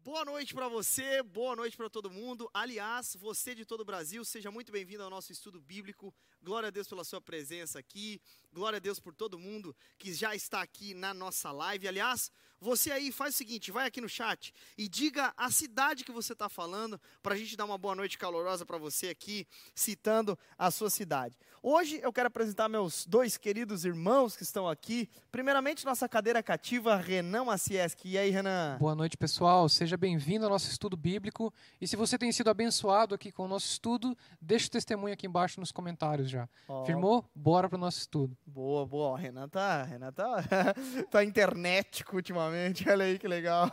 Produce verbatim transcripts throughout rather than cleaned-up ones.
Boa noite para você, boa noite para todo mundo. Aliás, você de todo o Brasil, seja muito bem-vindo ao nosso estudo bíblico. Glória a Deus pela sua presença aqui. Glória a Deus por todo mundo que já está aqui na nossa live. Aliás, você aí faz o seguinte, vai aqui no chat e diga a cidade que você está falando, para a gente dar uma boa noite calorosa para você aqui, citando a sua cidade. Hoje eu quero apresentar meus dois queridos irmãos que estão aqui. Primeiramente, nossa cadeira cativa, Renan Macieski. E aí, Renan? Boa noite, pessoal. Seja bem-vindo ao nosso estudo bíblico. E se você tem sido abençoado aqui com o nosso estudo, deixa o testemunho aqui embaixo nos comentários já. Oh. Firmou? Bora para o nosso estudo. Boa, boa. O Renan tá, Renan tá, tá internetico ultimamente. Olha aí que legal.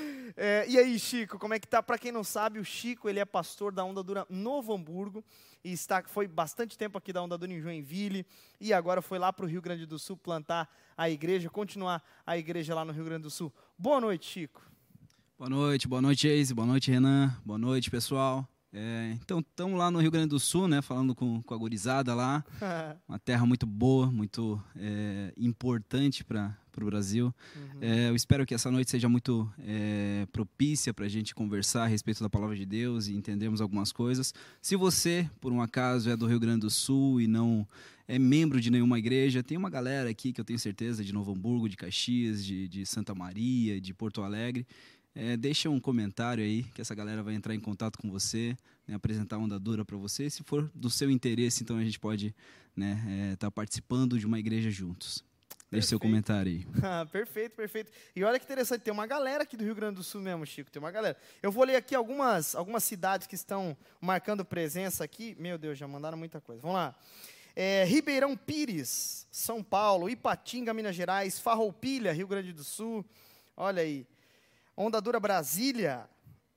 É, e aí, Chico, como é que tá? Para quem não sabe, o Chico ele é pastor da Onda Dura Novo Hamburgo. E está, foi bastante tempo aqui da Onda Dura em Joinville, e agora foi lá para o Rio Grande do Sul plantar a igreja, continuar a igreja lá no Rio Grande do Sul. Boa noite, Chico. Boa noite, boa noite, Eise, boa noite, Renan, boa noite, pessoal. É, então, estamos lá no Rio Grande do Sul, né, falando com, com a gurizada lá, uma terra muito boa, muito é, importante para o Brasil. Uhum. É, eu espero que essa noite seja muito é, propícia para a gente conversar a respeito da palavra de Deus e entendermos algumas coisas. Se você, por um acaso, é do Rio Grande do Sul e não é membro de nenhuma igreja, tem uma galera aqui que eu tenho certeza de Novo Hamburgo, de Caxias, de, de Santa Maria, de Porto Alegre. É, deixa um comentário aí, que essa galera vai entrar em contato com você, né, apresentar a Onda Dura para você. Se for do seu interesse, então a gente pode estar né, é, tá participando de uma igreja juntos. Deixa perfeito. Seu comentário aí. Ah, perfeito, perfeito. E olha que interessante, tem uma galera aqui do Rio Grande do Sul mesmo, Chico, tem uma galera. Eu vou ler aqui algumas, algumas cidades que estão marcando presença aqui. Meu Deus, já mandaram muita coisa. Vamos lá. É, Ribeirão Pires, São Paulo, Ipatinga, Minas Gerais, Farroupilha, Rio Grande do Sul. Olha aí. Onda Dura Brasília,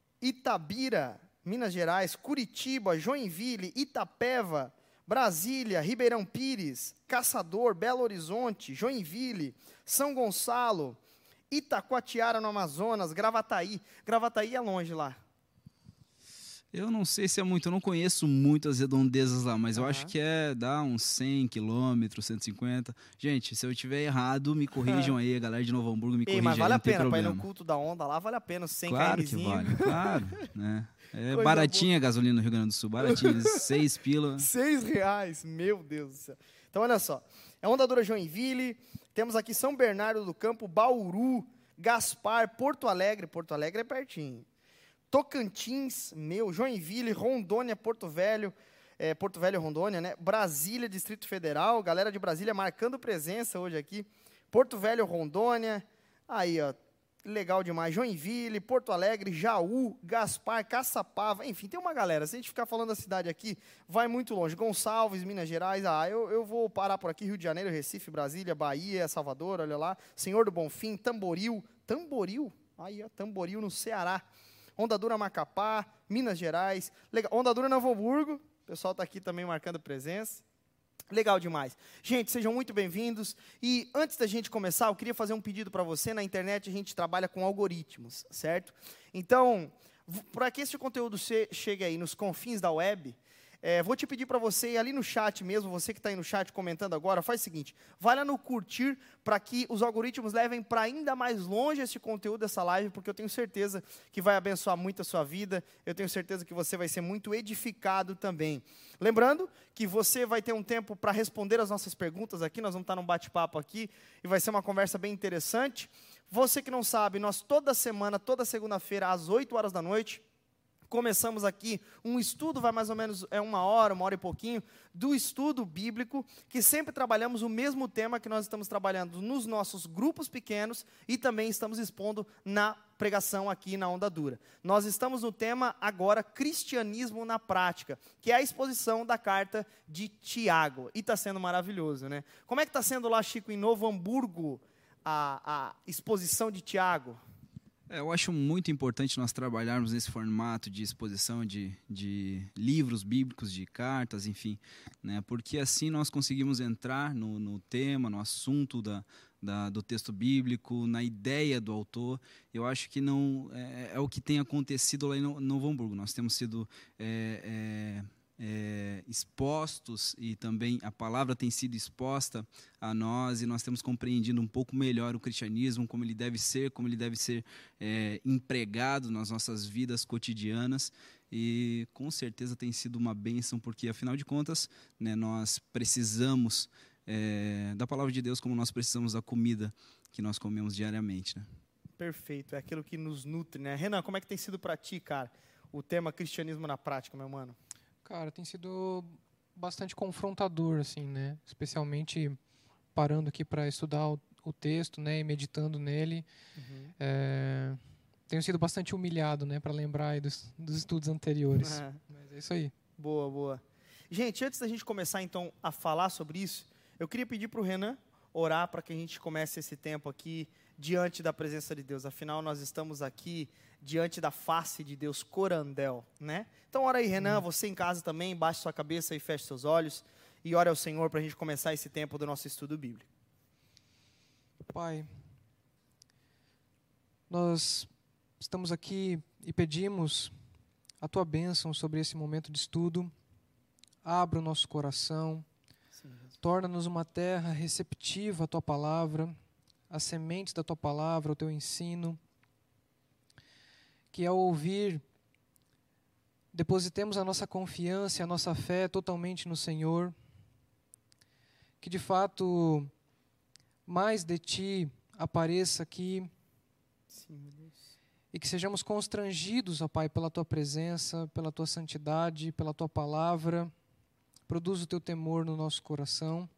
Itabira, Minas Gerais, Curitiba, Joinville, Itapeva, Brasília, Ribeirão Pires, Caçador, Belo Horizonte, Joinville, São Gonçalo, Itacoatiara no Amazonas, Gravataí. Gravataí é longe lá. Eu não sei se é muito, eu não conheço muito as redondezas lá, mas eu uhum. acho que é, dá uns cem quilômetros, cento e cinquenta. Gente, se eu estiver errado, me corrijam aí, a galera de Novo Hamburgo me corrijam. Mas vale aí, a pena, para ir no culto da Onda lá, vale a pena, cem Claro que vale, claro. Né? É baratinha a gasolina no Rio Grande do Sul, baratinha, seis pila. Seis reais, meu Deus do céu. Então, olha só, é Onda Dura Joinville, temos aqui São Bernardo do Campo, Bauru, Gaspar, Porto Alegre, Porto Alegre é pertinho. Tocantins, meu, Joinville, Rondônia, Porto Velho, é, Porto Velho, Rondônia, né? Brasília, Distrito Federal, galera de Brasília marcando presença hoje aqui. Porto Velho, Rondônia, aí, ó, legal demais. Joinville, Porto Alegre, Jaú, Gaspar, Caçapava, enfim, tem uma galera. Se a gente ficar falando da cidade aqui, vai muito longe. Gonçalves, Minas Gerais, ah, eu, eu vou parar por aqui, Rio de Janeiro, Recife, Brasília, Bahia, Salvador, olha lá. Senhor do Bonfim, Tamboril, Tamboril, aí, ó, Tamboril no Ceará. Onda Dura Macapá, Minas Gerais, legal. Onda Dura Novo Hamburgo, o pessoal está aqui também marcando presença. Legal demais. Gente, sejam muito bem-vindos. E antes da gente começar, eu queria fazer um pedido para você. Na internet a gente trabalha com algoritmos, certo? Então, para que esse conteúdo chegue aí nos confins da web, É, vou te pedir para você ir ali no chat mesmo, você que está aí no chat comentando agora, faz o seguinte, vai lá no curtir para que os algoritmos levem para ainda mais longe esse conteúdo dessa live, porque eu tenho certeza que vai abençoar muito a sua vida, eu tenho certeza que você vai ser muito edificado também. Lembrando que você vai ter um tempo para responder as nossas perguntas aqui, nós vamos estar num bate-papo aqui, e vai ser uma conversa bem interessante. Você que não sabe, nós toda semana, toda segunda-feira, às oito horas da noite, começamos aqui um estudo, vai mais ou menos é uma hora, uma hora e pouquinho, do estudo bíblico, que sempre trabalhamos o mesmo tema que nós estamos trabalhando nos nossos grupos pequenos e também estamos expondo na pregação aqui na Onda Dura. Nós estamos no tema agora, cristianismo na prática, que é a exposição da carta de Tiago, e está sendo maravilhoso, né? Como é que está sendo lá, Chico, em Novo Hamburgo, a, a exposição de Tiago? É, eu acho muito importante nós trabalharmos nesse formato de exposição de, de livros bíblicos, de cartas, enfim, né? Porque assim nós conseguimos entrar no, no tema, no assunto da, da, do texto bíblico, na ideia do autor. Eu acho que não é, é o que tem acontecido lá em Novo Hamburgo. Nós temos sido é, é, é, expostos e também a palavra tem sido exposta a nós e nós temos compreendido um pouco melhor o cristianismo, como ele deve ser, como ele deve ser é, empregado nas nossas vidas cotidianas. E com certeza tem sido uma bênção, porque afinal de contas, né, nós precisamos é, da palavra de Deus como nós precisamos da comida que nós comemos diariamente, né? Perfeito, é aquilo que nos nutre, né? Renan, como é que tem sido para ti, cara, o tema cristianismo na prática, meu mano? Cara, tem sido bastante confrontador, assim, né? Especialmente parando aqui para estudar o, o texto, né? E meditando nele. Uhum. É, tenho sido bastante humilhado, né? Para lembrar aí dos, dos estudos anteriores. É. Mas é isso aí. Boa, boa. Gente, antes da gente começar, então, a falar sobre isso, eu queria pedir para o Renan orar para que a gente comece esse tempo aqui diante da presença de Deus. Afinal, nós estamos aqui diante da face de Deus, corandel, né? Então, ora aí, Renan, você em casa também, baixe sua cabeça e feche seus olhos e ore ao Senhor para a gente começar esse tempo do nosso estudo bíblico. Pai, nós estamos aqui e pedimos a Tua bênção sobre esse momento de estudo. Abra o nosso coração, torna-nos uma terra receptiva à Tua palavra, as sementes da Tua palavra, o Teu ensino, que ao ouvir, depositemos a nossa confiança e a nossa fé totalmente no Senhor, que de fato mais de Ti apareça aqui. Sim, meu Deus. E que sejamos constrangidos, ó Pai, pela Tua presença, pela Tua santidade, pela Tua palavra. Produz o Teu temor no nosso coração.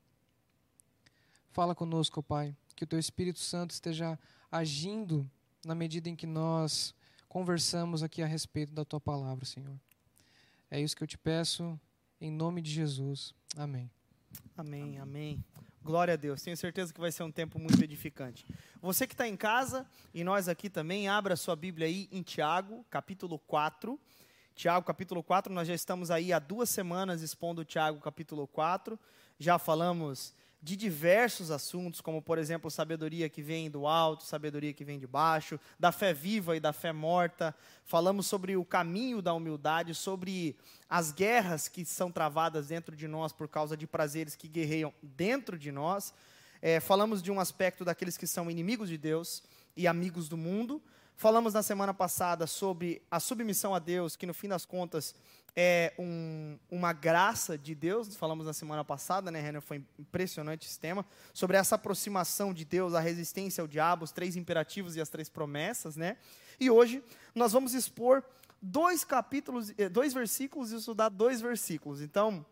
Fala conosco, ó Pai, que o Teu Espírito Santo esteja agindo na medida em que nós conversamos aqui a respeito da Tua palavra, Senhor. É isso que eu te peço, em nome de Jesus. Amém. Amém, amém. Glória a Deus. Tenho certeza que vai ser um tempo muito edificante. Você que está em casa, e nós aqui também, abra sua Bíblia aí em Tiago, capítulo quatro. Tiago, capítulo quatro, nós já estamos aí há duas semanas expondo Tiago, capítulo quatro. Já falamos de diversos assuntos, como, por exemplo, sabedoria que vem do alto, sabedoria que vem de baixo, da fé viva e da fé morta. Falamos sobre o caminho da humildade, sobre as guerras que são travadas dentro de nós por causa de prazeres que guerreiam dentro de nós. É, falamos de um aspecto daqueles que são inimigos de Deus e amigos do mundo. Falamos na semana passada sobre a submissão a Deus, que no fim das contas é um, uma graça de Deus. Falamos na semana passada, né, Renan? Foi impressionante esse tema. Sobre essa aproximação de Deus, a resistência ao diabo, os três imperativos e as três promessas, né? E hoje nós vamos expor dois capítulos, dois versículos e estudar dois versículos. Então,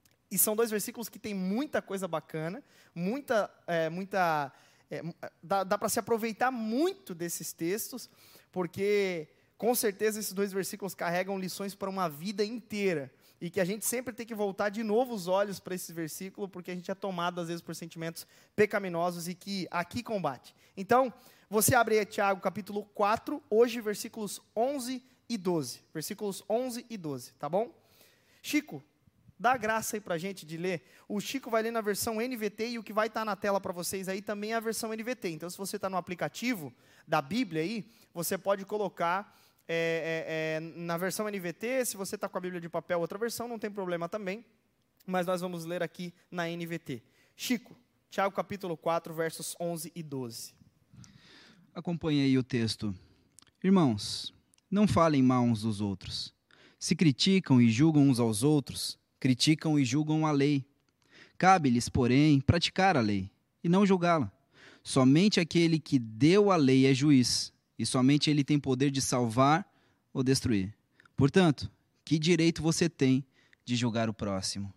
e são dois versículos que tem muita coisa bacana, muita... É, muita É, dá dá para se aproveitar muito desses textos, porque com certeza esses dois versículos carregam lições para uma vida inteira, e que a gente sempre tem que voltar de novo os olhos para esse versículo, porque a gente é tomado às vezes por sentimentos pecaminosos e que aqui combate. Então, você abre aí Tiago capítulo quatro, hoje versículos onze e doze. Versículos onze e doze, tá bom? Chico, dá graça aí pra gente de ler. O Chico vai ler na versão N V T e o que vai estar na tela para vocês aí também é a versão N V T. Então, se você está no aplicativo da Bíblia aí, você pode colocar é, é, é, na versão N V T. Se você está com a Bíblia de papel, outra versão, não tem problema também. Mas nós vamos ler aqui na N V T. Chico, Tiago capítulo quatro, versos onze e doze. Acompanhe aí o texto. Irmãos, não falem mal uns dos outros. Se criticam e julgam uns aos outros, criticam e julgam a lei. Cabe-lhes, porém, praticar a lei, e não julgá-la. Somente aquele que deu a lei é juiz, e somente ele tem poder de salvar ou destruir. Portanto, que direito você tem de julgar o próximo?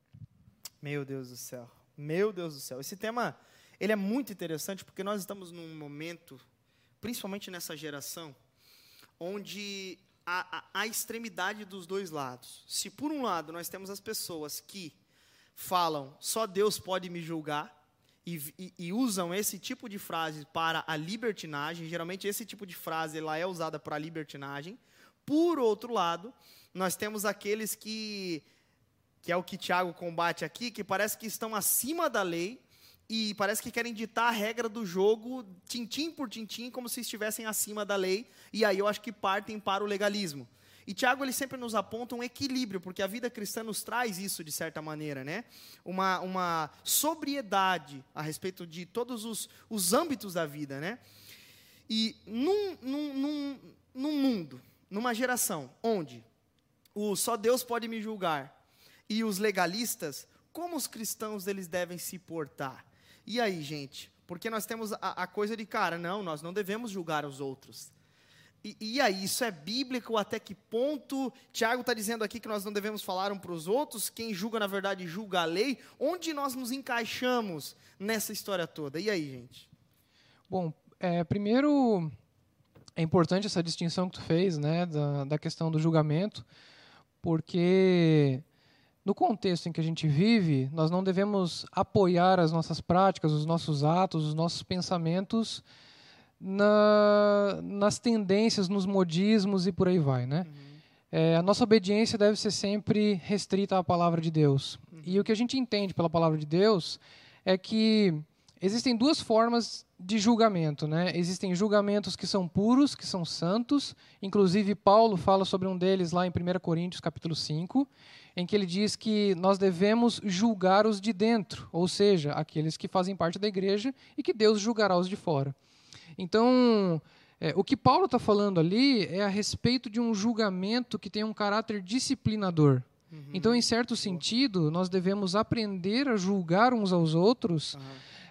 Meu Deus do céu, meu Deus do céu. Esse tema, ele é muito interessante, porque nós estamos num momento, principalmente nessa geração, onde A, a, a extremidade dos dois lados. Se por um lado nós temos as pessoas que falam só Deus pode me julgar e, e, e usam esse tipo de frase para a libertinagem, geralmente esse tipo de frase ela é usada para a libertinagem. Por outro lado, nós temos aqueles que, que é o que Tiago combate aqui, que parece que estão acima da lei e parece que querem ditar a regra do jogo, tintim por tintim, como se estivessem acima da lei, e aí eu acho que partem para o legalismo. E Tiago ele sempre nos aponta um equilíbrio, porque a vida cristã nos traz isso de certa maneira, né? Uma, uma sobriedade a respeito de todos os, os âmbitos da vida, né? E num, num, num, num mundo, numa geração onde o só Deus pode me julgar e os legalistas, como os cristãos eles devem se portar? E aí, gente? Porque nós temos a, a coisa de, cara, não, nós não devemos julgar os outros. E, e aí, isso é bíblico? Até que ponto? Tiago está dizendo aqui que nós não devemos falar um para os outros. Quem julga, na verdade, julga a lei. Onde nós nos encaixamos nessa história toda? E aí, gente? Bom, é, primeiro, é importante essa distinção que tu fez, né, da, da questão do julgamento, porque no contexto em que a gente vive, nós não devemos apoiar as nossas práticas, os nossos atos, os nossos pensamentos Na, nas tendências, nos modismos e por aí vai, né? Uhum. É, a nossa obediência deve ser sempre restrita à palavra de Deus. Uhum. E o que a gente entende pela palavra de Deus é que existem duas formas de julgamento, né? Existem julgamentos que são puros, que são santos. Inclusive, Paulo fala sobre um deles lá em primeira Coríntios, capítulo cinco, em que ele diz que nós devemos julgar os de dentro, ou seja, aqueles que fazem parte da igreja, e que Deus julgará os de fora. Então, é, o que Paulo está falando ali é a respeito de um julgamento que tem um caráter disciplinador. Uhum. Então, em certo sentido, nós devemos aprender a julgar uns aos outros, uhum.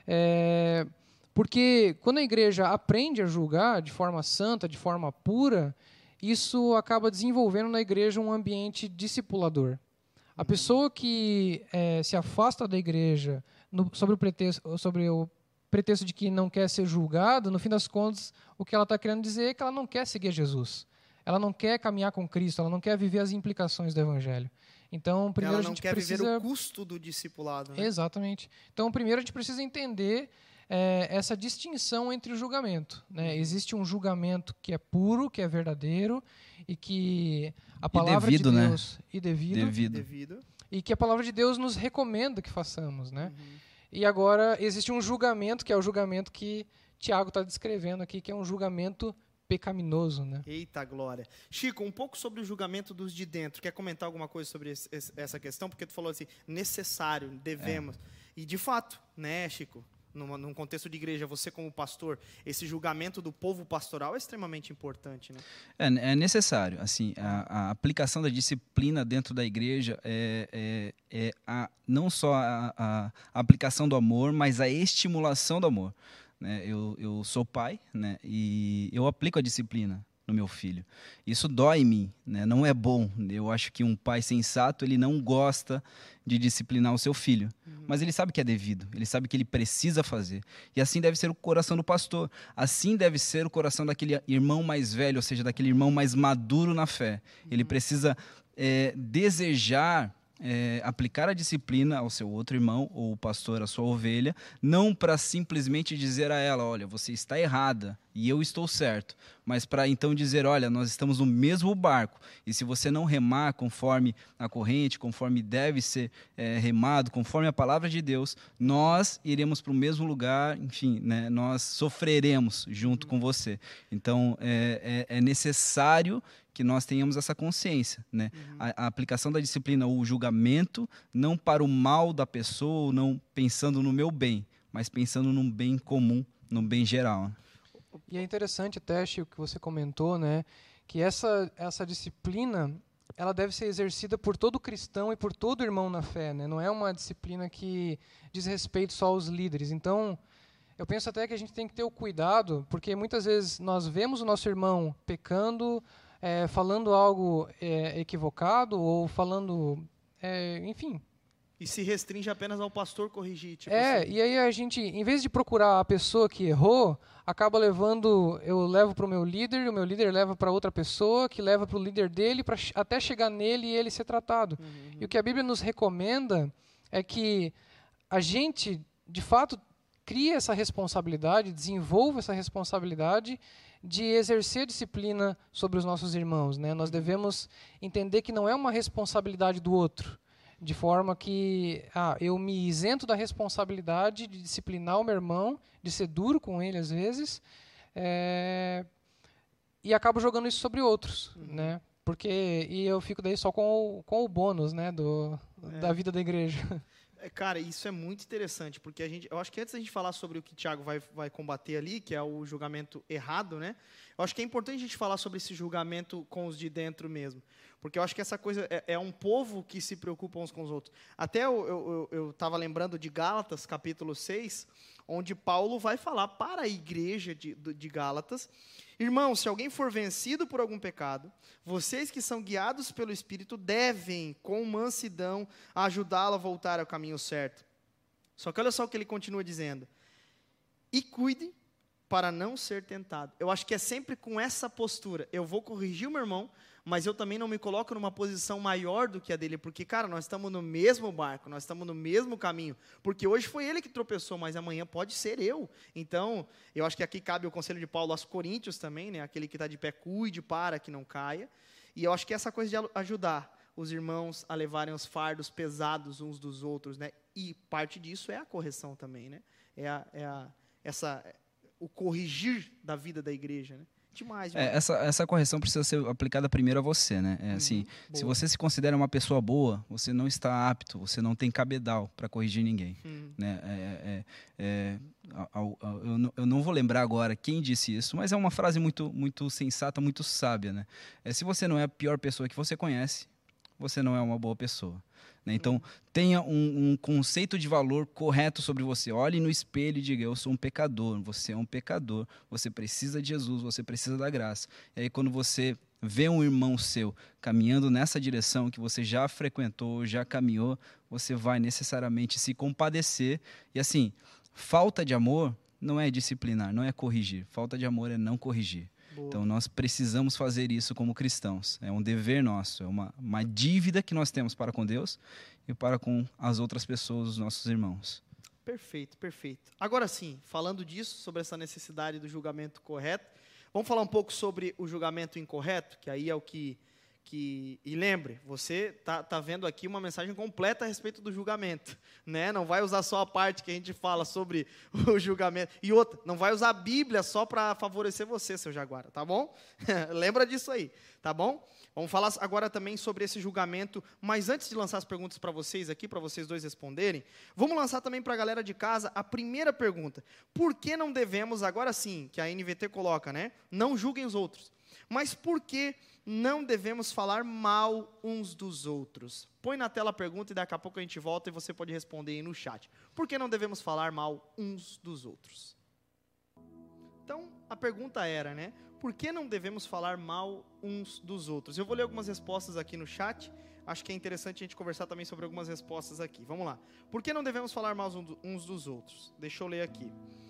é, porque quando a igreja aprende a julgar de forma santa, de forma pura, isso acaba desenvolvendo na igreja um ambiente discipulador. A pessoa que é, se afasta da igreja no, sobre o pretexto, sobre o pretexto de que não quer ser julgado, no fim das contas, o que ela está querendo dizer é que ela não quer seguir Jesus. Ela não quer caminhar com Cristo, ela não quer viver as implicações do Evangelho. Então, primeiro ela não a gente quer precisa... viver o custo do discipulado, né? Exatamente. Então, primeiro a gente precisa entender é, essa distinção entre o julgamento, né? Uhum. Existe um julgamento que é puro, que é verdadeiro, e que a palavra devido, de Deus... Né? E devido. Devido. devido. E que a palavra de Deus nos recomenda que façamos, né? Uhum. E agora existe um julgamento, que é o julgamento que Tiago está descrevendo aqui, que é um julgamento pecaminoso, né? Eita glória. Chico, um pouco sobre o julgamento dos de dentro. Quer comentar alguma coisa sobre esse, essa questão? Porque tu falou assim, necessário, devemos. É. E de fato, né, Chico? Num, num contexto de igreja, você como pastor, esse julgamento do povo pastoral é extremamente importante, né? É, é necessário. Assim, a, a aplicação da disciplina dentro da igreja é, é, é a, não só a, a, a aplicação do amor, mas a estimulação do amor. Né? Eu, eu sou pai, né? E eu aplico a disciplina no meu filho. Isso dói em mim, né? Não é bom. Eu acho que um pai sensato, ele não gosta de disciplinar o seu filho. Uhum. Mas ele sabe que é devido, ele sabe que ele precisa fazer. E assim deve ser o coração do pastor. Assim deve ser o coração daquele irmão mais velho, ou seja, daquele irmão mais maduro na fé. Uhum. Ele precisa é, desejar É, aplicar a disciplina ao seu outro irmão ou o pastor, à sua ovelha, não para simplesmente dizer a ela, olha, você está errada e eu estou certo, mas para então dizer, olha, nós estamos no mesmo barco e se você não remar conforme a corrente, conforme deve ser é, remado, conforme a palavra de Deus, nós iremos para o mesmo lugar, enfim, né, nós sofreremos junto com você. Então, é, é, é necessário que nós tenhamos essa consciência, né? Uhum. A, a aplicação da disciplina, o julgamento, não para o mal da pessoa, não pensando no meu bem, mas pensando num bem comum, num bem geral. E é interessante, Teste, o que você comentou, né? Que essa, essa disciplina, ela deve ser exercida por todo cristão e por todo irmão na fé, né? Não é uma disciplina que diz respeito só aos líderes. Então, eu penso até que a gente tem que ter o cuidado, porque muitas vezes nós vemos o nosso irmão pecando, É, falando algo é, equivocado ou falando, é, enfim. E se restringe apenas ao pastor corrigir. Tipo é, assim. E aí a gente, em vez de procurar a pessoa que errou, acaba levando, eu levo para o meu líder, o meu líder leva para outra pessoa, que leva para o líder dele, pra, até chegar nele e ele ser tratado. Uhum. E o que a Bíblia nos recomenda é que a gente, de fato, crie essa responsabilidade, desenvolva essa responsabilidade de exercer a disciplina sobre os nossos irmãos, né? Nós devemos entender que não é uma responsabilidade do outro, de forma que ah, eu me isento da responsabilidade de disciplinar o meu irmão, de ser duro com ele às vezes, é, e acabo jogando isso sobre outros, uhum. né? Porque, e eu fico daí só com o, com o bônus, né, do, É. da vida da igreja. É, cara, isso é muito interessante, porque a gente, eu acho que antes da gente falar sobre o que o Tiago vai, vai combater ali, que é o julgamento errado, né? Eu acho que é importante a gente falar sobre esse julgamento com os de dentro mesmo. Porque eu acho que essa coisa é, é um povo que se preocupa uns com os outros. Até eu estava lembrando de Gálatas, capítulo seis, onde Paulo vai falar para a igreja de, de Gálatas: irmãos, se alguém for vencido por algum pecado, vocês que são guiados pelo Espírito devem, com mansidão, ajudá-lo a voltar ao caminho certo. Só que olha só o que ele continua dizendo: e cuide para não ser tentado. Eu acho que é sempre com essa postura. Eu vou corrigir o meu irmão, mas eu também não me coloco numa posição maior do que a dele, porque, cara, nós estamos no mesmo barco, nós estamos no mesmo caminho, porque hoje foi ele que tropeçou, mas amanhã pode ser eu. Então, eu acho que aqui cabe o conselho de Paulo aos Coríntios também, né? Aquele que está de pé, cuide para que não caia. E eu acho que essa coisa de ajudar os irmãos a levarem os fardos pesados uns dos outros, né? E parte disso é a correção também, né? É, a, é a, essa, o corrigir da vida da igreja, né? Demais, demais. É, essa, essa correção precisa ser aplicada primeiro a você, né? É, assim, Uhum, se boa. você se considera uma pessoa boa, você não está apto, você não tem cabedal para corrigir ninguém. Uhum. Né? É, é, é, ao- ao- eu, não, eu não vou lembrar agora quem disse isso, mas é uma frase muito, muito sensata, muito sábia, né? É, se você não é a pior pessoa que você conhece, você não é uma boa pessoa. Né? Então, tenha um, um conceito de valor correto sobre você. Olhe no espelho e diga: eu sou um pecador, você é um pecador, você precisa de Jesus, você precisa da graça. E aí, quando você vê um irmão seu caminhando nessa direção que você já frequentou, já caminhou, você vai necessariamente se compadecer. E assim, falta de amor não é disciplinar, não é corrigir. Falta de amor é não corrigir. Boa. Então, nós precisamos fazer isso como cristãos. É um dever nosso, é uma, uma dívida que nós temos para com Deus e para com as outras pessoas, os nossos irmãos. Perfeito, perfeito. Agora sim, falando disso, sobre essa necessidade do julgamento correto, vamos falar um pouco sobre o julgamento incorreto, que aí é o que... que e lembre, você está tá vendo aqui uma mensagem completa a respeito do julgamento, né? Não vai usar só a parte que a gente fala sobre o julgamento. E outra, não vai usar a Bíblia só para favorecer você, seu Jaguara, tá bom? Lembra disso aí, tá bom? Vamos falar agora também sobre esse julgamento, mas antes de lançar as perguntas para vocês aqui, para vocês dois responderem, vamos lançar também para a galera de casa a primeira pergunta. Por que não devemos, agora sim, que a N V T coloca, né? Não julguem os outros. Mas por que não devemos falar mal uns dos outros? Põe na tela a pergunta e daqui a pouco a gente volta e você pode responder aí no chat. Por que não devemos falar mal uns dos outros? Então, a pergunta era, né? Por que não devemos falar mal uns dos outros? Eu vou ler algumas respostas aqui no chat. Acho que é interessante a gente conversar também sobre algumas respostas aqui. Vamos lá. Por que não devemos falar mal uns dos outros? Deixa eu ler aqui.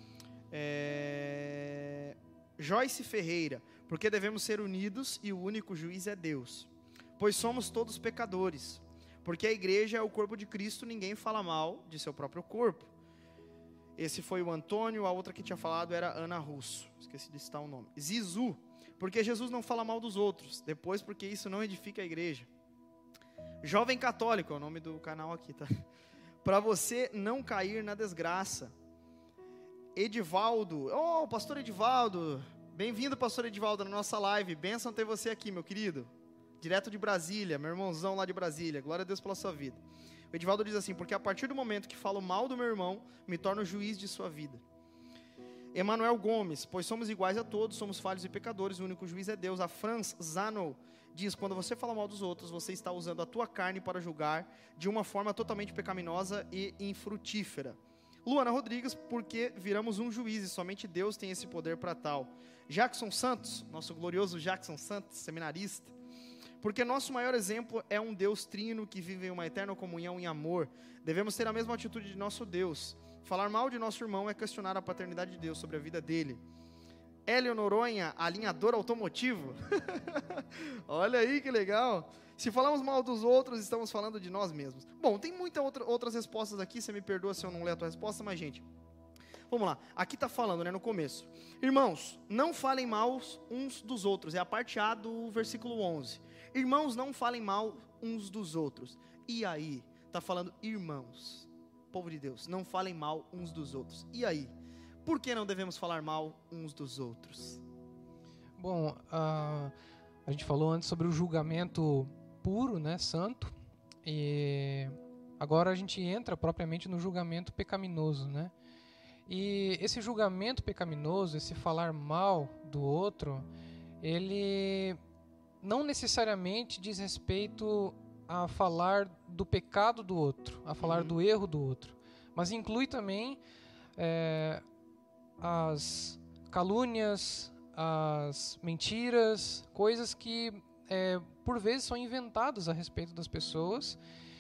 É... Joyce Ferreira. Porque devemos ser unidos e o único juiz é Deus. Pois somos todos pecadores. Porque a igreja é o corpo de Cristo, ninguém fala mal de seu próprio corpo. Esse foi o Antônio, a outra que tinha falado era Ana Russo. Esqueci de citar o nome. Zizu. Porque Jesus não fala mal dos outros. Depois, porque isso não edifica a igreja. Jovem Católico, é o nome do canal aqui, tá? Para você não cair na desgraça. Edivaldo. Oh, pastor Edivaldo. Bem-vindo, pastor Edivaldo, na nossa live. Bênção ter você aqui, meu querido. Direto de Brasília, meu irmãozão lá de Brasília. Glória a Deus pela sua vida. O Edivaldo diz assim: porque a partir do momento que falo mal do meu irmão, me torno juiz de sua vida. Emanuel Gomes, pois somos iguais a todos, somos falhos e pecadores, o único juiz é Deus. A Franz Zano diz: quando você fala mal dos outros, você está usando a tua carne para julgar de uma forma totalmente pecaminosa e infrutífera. Luana Rodrigues, porque viramos um juiz e somente Deus tem esse poder para tal. Jackson Santos, nosso glorioso Jackson Santos, seminarista. Porque nosso maior exemplo é um Deus trino que vive em uma eterna comunhão em amor. Devemos ter a mesma atitude de nosso Deus. Falar mal de nosso irmão é questionar a paternidade de Deus sobre a vida dele. Hélio Noronha, alinhador automotivo. Olha aí que legal. Se falamos mal dos outros, estamos falando de nós mesmos. Bom, tem muitas outra, outras respostas aqui. Você me perdoa se eu não ler a tua resposta, mas, gente, vamos lá. Aqui está falando, né, no começo. Irmãos, não falem mal uns dos outros. É a parte A do versículo onze. Irmãos, não falem mal uns dos outros. E aí? Está falando irmãos. Povo de Deus, não falem mal uns dos outros. E aí? Por que não devemos falar mal uns dos outros? Bom, ah, A gente falou antes sobre o julgamento puro, né, santo, e agora a gente entra propriamente no julgamento pecaminoso, né? E esse julgamento pecaminoso, esse falar mal do outro, ele não necessariamente diz respeito a falar do pecado do outro, a falar uhum. do erro do outro, mas inclui também é, as calúnias, as mentiras, coisas que é, por vezes são inventadas a respeito das pessoas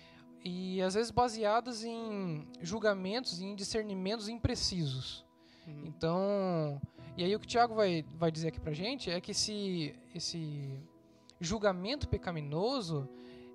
e às vezes baseadas em julgamentos e em discernimentos imprecisos. Uhum. Então, e aí o que o Tiago vai, vai dizer aqui pra gente é que esse, esse julgamento pecaminoso,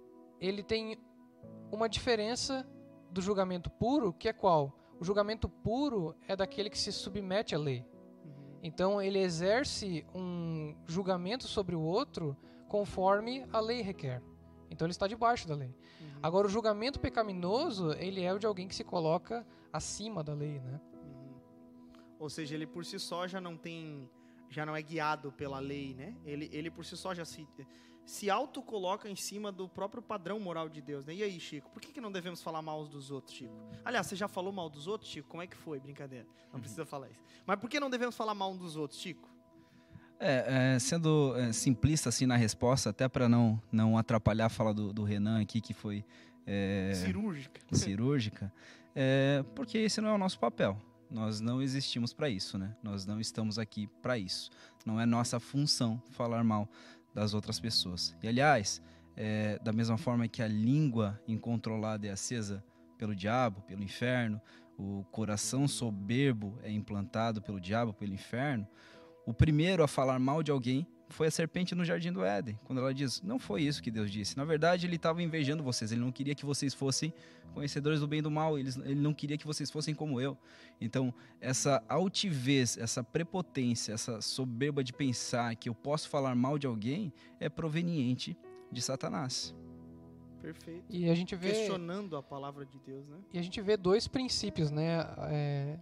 ele tem uma diferença do julgamento puro, que é qual? O julgamento puro é daquele que se submete à lei. Uhum. Então, ele exerce um julgamento sobre o outro conforme a lei requer. Então, ele está debaixo da lei. Uhum. Agora, o julgamento pecaminoso, ele é o de alguém que se coloca acima da lei, né? Uhum. Ou seja, ele por si só já não tem, já não é guiado pela lei, né? Ele, ele por si só já se, se autocoloca em cima do próprio padrão moral de Deus, né? E aí, Chico, por que, que não devemos falar mal dos outros, Chico? Aliás, você já falou mal dos outros, Chico? Como é que foi? Brincadeira, não uhum. precisa falar isso. Mas por que não devemos falar mal um dos outros, Chico? É, é, sendo é, simplista assim na resposta, até para não, não atrapalhar a fala do, do Renan aqui, que foi é, cirúrgica, cirúrgica é, porque esse não é o nosso papel. Nós não existimos para isso, né? Nós não estamos aqui para isso. Não é nossa função falar mal das outras pessoas. E, aliás, é, da mesma forma que a língua incontrolada é acesa pelo diabo, pelo inferno, o coração soberbo é implantado pelo diabo, pelo inferno, o primeiro a falar mal de alguém foi a serpente no Jardim do Éden, quando ela diz, não foi isso que Deus disse. Na verdade, ele estava invejando vocês, ele não queria que vocês fossem conhecedores do bem e do mal, ele, ele não queria que vocês fossem como eu. Então, essa altivez, essa prepotência, essa soberba de pensar que eu posso falar mal de alguém é proveniente de Satanás. Perfeito. E a gente vê, questionando a palavra de Deus, né? E a gente vê dois princípios, né? É,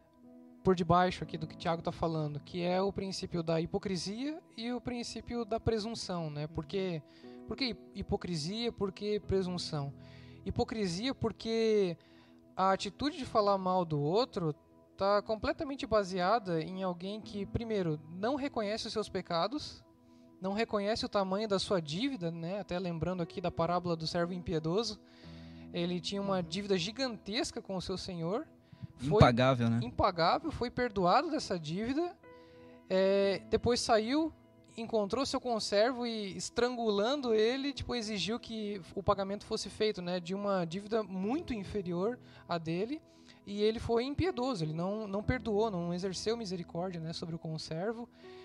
por debaixo aqui do que o Tiago está falando, que é o princípio da hipocrisia e o princípio da presunção, né? Por que, por que hipocrisia? Por que presunção? Hipocrisia porque a atitude de falar mal do outro está completamente baseada em alguém que, primeiro, não reconhece os seus pecados, não reconhece o tamanho da sua dívida, né? Até lembrando aqui da parábola do servo impiedoso, ele tinha uma dívida gigantesca com o seu senhor, foi impagável, né? Impagável, foi perdoado dessa dívida, é, depois saiu, encontrou seu conservo e, estrangulando ele, tipo, exigiu que o pagamento fosse feito, né, de uma dívida muito inferior à dele, e ele foi impiedoso, ele não, não perdoou, não exerceu misericórdia, né, sobre o conservo.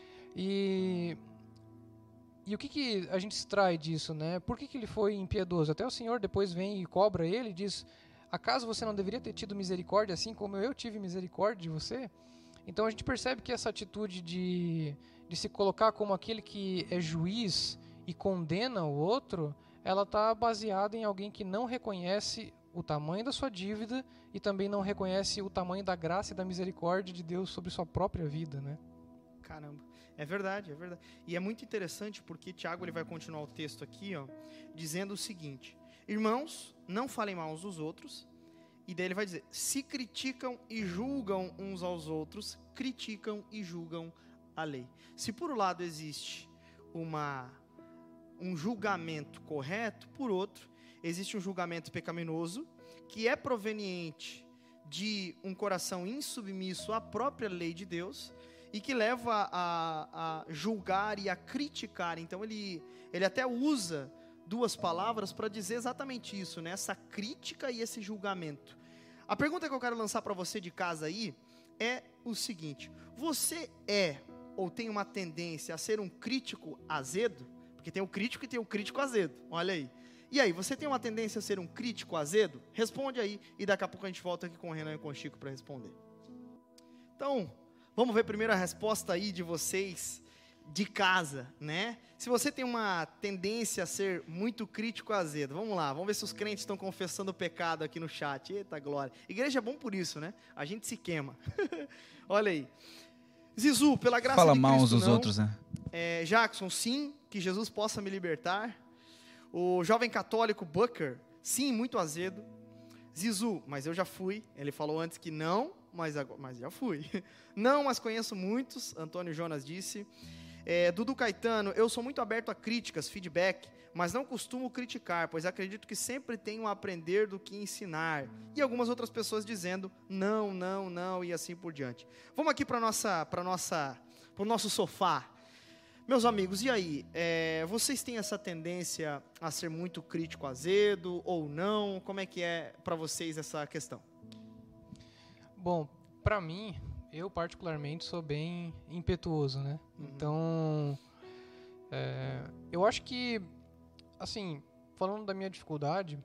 E, e o que, que a gente extrai disso, né? Por que, que ele foi impiedoso? Até o Senhor depois vem e cobra ele e diz, acaso você não deveria ter tido misericórdia assim como eu tive misericórdia de você? Então a gente percebe que essa atitude de, de se colocar como aquele que é juiz e condena o outro, ela está baseada em alguém que não reconhece o tamanho da sua dívida e também não reconhece o tamanho da graça e da misericórdia de Deus sobre sua própria vida, né? Caramba, é verdade, é verdade. E é muito interessante porque Tiago ele vai continuar o texto aqui, ó, dizendo o seguinte: irmãos, não falem mal uns dos outros. E daí ele vai dizer, se criticam e julgam uns aos outros, criticam e julgam a lei. Se por um lado existe uma, um julgamento correto, por outro, existe um julgamento pecaminoso, que é proveniente de um coração insubmisso à própria lei de Deus, e que leva a, a julgar e a criticar. Então ele, ele até usa duas palavras para dizer exatamente isso, né? Essa crítica e esse julgamento. A pergunta que eu quero lançar para você de casa aí é o seguinte: você é ou tem uma tendência a ser um crítico azedo? Porque tem o crítico e tem o crítico azedo, olha aí. E aí, você tem uma tendência a ser um crítico azedo? Responde aí e daqui a pouco a gente volta aqui com o Renan e com o Chico para responder. Então, vamos ver primeiro a resposta aí de vocês de casa, né? Se você tem uma tendência a ser muito crítico azedo, vamos lá, vamos ver se os crentes estão confessando o pecado aqui no chat. Eita glória, igreja é bom por isso, né? A gente se queima. Olha aí. Zizu, pela graça Fala de mal Cristo, uns dos não. outros, né? É, Jackson, sim, que Jesus possa me libertar. O jovem católico Booker, sim, muito azedo. Zizu, mas eu já fui. Ele falou antes que não, mas, agora, mas já fui. Não, mas conheço muitos, Antônio Jonas disse. É, Dudu Caetano, eu sou muito aberto a críticas, feedback, mas não costumo criticar, pois acredito que sempre tenho a aprender do que ensinar. E algumas outras pessoas dizendo não, não, não e assim por diante. Vamos aqui para nossa, para nossa, para o nosso sofá. Meus amigos, e aí? É, vocês têm essa tendência a ser muito crítico azedo ou não? Como é que é para vocês essa questão? Bom, para mim, eu particularmente sou bem impetuoso, né? Uhum. Então, é, eu acho que, assim, falando da minha dificuldade,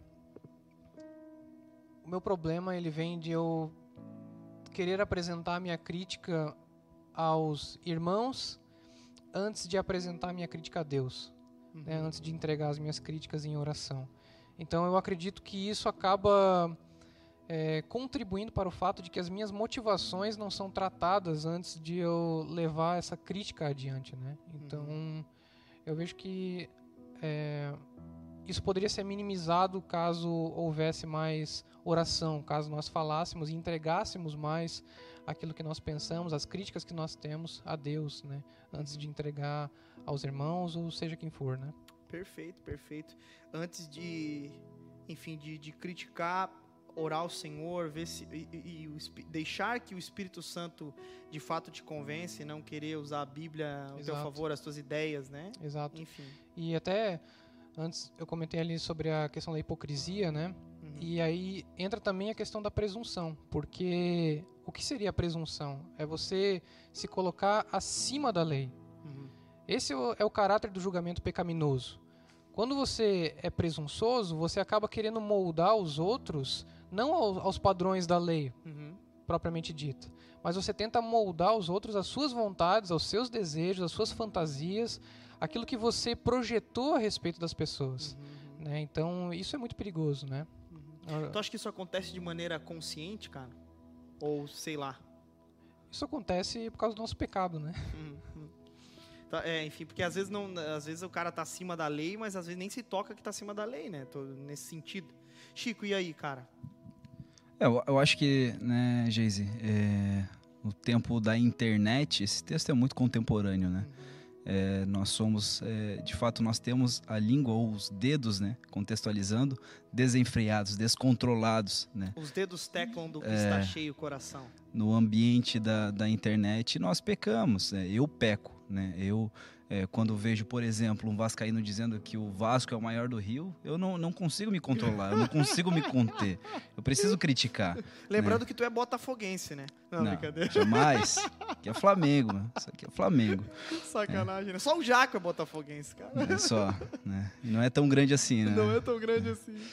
o meu problema ele vem de eu querer apresentar a minha crítica aos irmãos antes de apresentar a minha crítica a Deus, uhum. né, antes de entregar as minhas críticas em oração. Então eu acredito que isso acaba é, contribuindo para o fato de que as minhas motivações não são tratadas antes de eu levar essa crítica adiante, né? Então uhum. eu vejo que é, isso poderia ser minimizado caso houvesse mais oração, caso nós falássemos e entregássemos mais aquilo que nós pensamos, as críticas que nós temos a Deus, né? Antes de entregar aos irmãos ou seja quem for, né? Perfeito, perfeito. Antes de, enfim, de, de criticar, orar ao Senhor, ver se, e, e, e deixar que o Espírito Santo de fato te convence, não querer usar a Bíblia ao teu favor, as tuas ideias, né? Exato. Enfim. E até antes eu comentei ali sobre a questão da hipocrisia, né? Uhum. E aí entra também a questão da presunção, porque o que seria a presunção? É você se colocar acima da lei. Uhum. Esse é o caráter do julgamento pecaminoso. Quando você é presunçoso, você acaba querendo moldar os outros, não aos padrões da lei, uhum. propriamente dita, mas você tenta moldar os outros às suas vontades, aos seus desejos, às suas fantasias, aquilo que você projetou a respeito das pessoas. Uhum. Né? Então, isso é muito perigoso, né? Uhum. Tu acha que isso acontece de maneira consciente, cara? Ou sei lá? Isso acontece por causa do nosso pecado, né? Uhum. Tá, é, enfim, porque às vezes, não, às vezes o cara tá acima da lei, mas às vezes nem se toca que tá acima da lei, né? Tô nesse sentido. Chico, e aí, cara? É, eu, eu acho que, né, Geise, é, no tempo da internet, esse texto é muito contemporâneo, né? Uhum. É, nós somos, é, de fato, nós temos a língua ou os dedos, né, contextualizando, desenfreados, descontrolados, né? Os dedos teclam do que é, está cheio o coração. No ambiente da, da internet, nós pecamos, né? Eu peco, né? Eu, é, quando vejo, por exemplo, um vascaíno dizendo que o Vasco é o maior do Rio, eu não, não consigo me controlar, eu não consigo me conter. Eu preciso criticar. Lembrando, né, que tu é botafoguense, né? Não, não, brincadeira. Jamais. Aqui é Flamengo, né? Isso aqui é Flamengo. Sacanagem, é. né? Só o Jaco é botafoguense, cara. É só, né? E não é tão grande assim, né? Não é tão grande é. assim.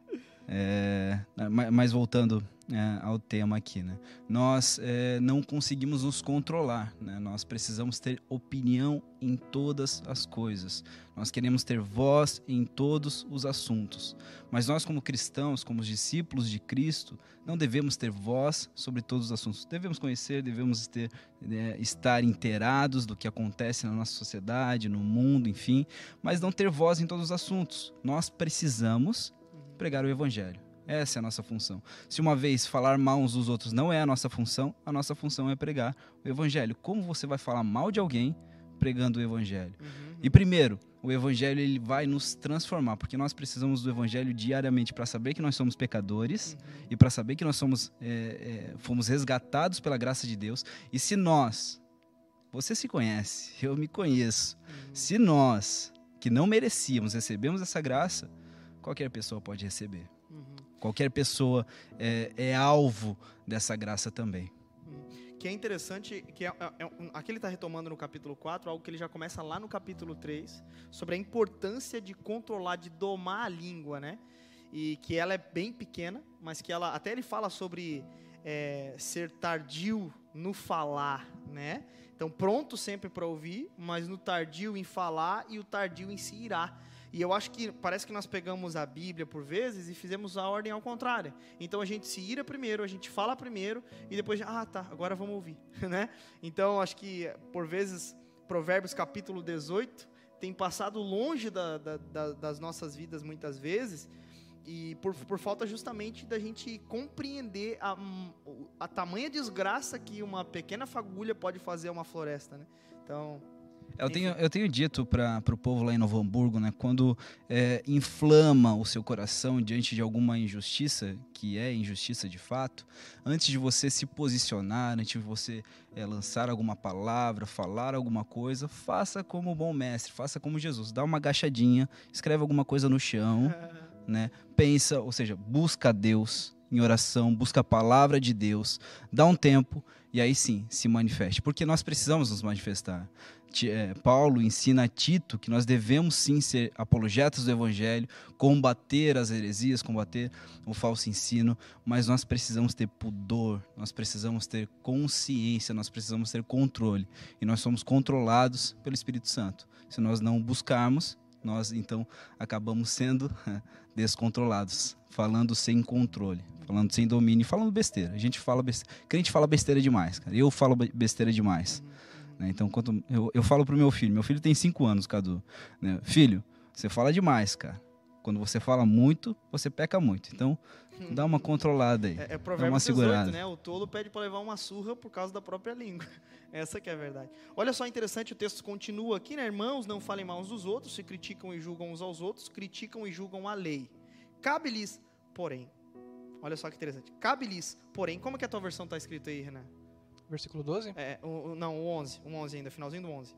É, mas voltando é, ao tema aqui, né? Nós é, não conseguimos nos controlar, né? Nós precisamos ter opinião em todas as coisas. Nós queremos ter voz em todos os assuntos. Mas nós, como cristãos, como discípulos de Cristo, não devemos ter voz sobre todos os assuntos. Devemos conhecer, devemos ter, é, estar inteirados do que acontece na nossa sociedade, no mundo, enfim, mas não ter voz em todos os assuntos. Nós precisamos pregar o Evangelho. Essa é a nossa função. Se uma vez falar mal uns dos outros não é a nossa função, a nossa função é pregar o Evangelho. Como você vai falar mal de alguém pregando o Evangelho? Uhum. E primeiro, o Evangelho ele vai nos transformar, porque nós precisamos do Evangelho diariamente para saber que nós somos pecadores, uhum, e para saber que nós somos, é, é, fomos resgatados pela graça de Deus. E se nós, você se conhece, eu me conheço, uhum, se nós, que não merecíamos, recebemos essa graça, qualquer pessoa pode receber. Uhum. Qualquer pessoa é, é alvo dessa graça também. Uhum. Que é interessante, que é, é, é, aqui ele está retomando no capítulo quatro, algo que ele já começa lá no capítulo três, sobre a importância de controlar, de domar a língua, né? E que ela é bem pequena, mas que ela, até ele fala sobre é, ser tardio no falar, né? Então, pronto sempre para ouvir, mas no tardio em falar e o tardio em se irar. E eu acho que parece que nós pegamos a Bíblia por vezes e fizemos a ordem ao contrário. Então a gente se ira primeiro, a gente fala primeiro e depois, ah tá, agora vamos ouvir, né? Então acho que por vezes Provérbios capítulo dezoito tem passado longe da, da, da, das nossas vidas muitas vezes, e por, por falta justamente da gente compreender a, a tamanha desgraça que uma pequena fagulha pode fazer a uma floresta, né? Então... Eu tenho, eu tenho dito para o povo lá em Novo Hamburgo, né, quando é, inflama o seu coração diante de alguma injustiça, que é injustiça de fato, antes de você se posicionar, antes de você é, lançar alguma palavra, falar alguma coisa, faça como o bom mestre, faça como Jesus, dá uma agachadinha, escreve alguma coisa no chão, né, pensa, ou seja, busca a Deus em oração, busca a palavra de Deus, dá um tempo e aí sim se manifeste, porque nós precisamos nos manifestar. Paulo ensina a Tito que nós devemos sim ser apologetas do Evangelho, combater as heresias, combater o falso ensino, mas nós precisamos ter pudor, nós precisamos ter consciência, nós precisamos ter controle, e nós somos controlados pelo Espírito Santo. Se nós não buscarmos, nós então acabamos sendo descontrolados, falando sem controle, falando sem domínio, falando besteira. A gente fala besteira, crente fala besteira demais, cara. Eu falo besteira demais. Né? Então, quando eu, eu falo pro meu filho, meu filho tem cinco anos, Cadu, né? Filho, você fala demais, cara. Quando você fala muito, você peca muito. Então, dá uma controlada aí. É, é dá uma segurada. dezoito, né? O tolo pede para levar uma surra por causa da própria língua. Essa que é a verdade. Olha só, interessante, o texto continua aqui, né? Irmãos, não falem mal uns dos outros, se criticam e julgam uns aos outros, criticam e julgam a lei. Cabe-lhes, porém. Olha só que interessante. Cabe-lhes, porém. Como que a tua versão está escrito aí, Renan? Versículo doze? É, o, o, não, o onze. O onze ainda, finalzinho do onze.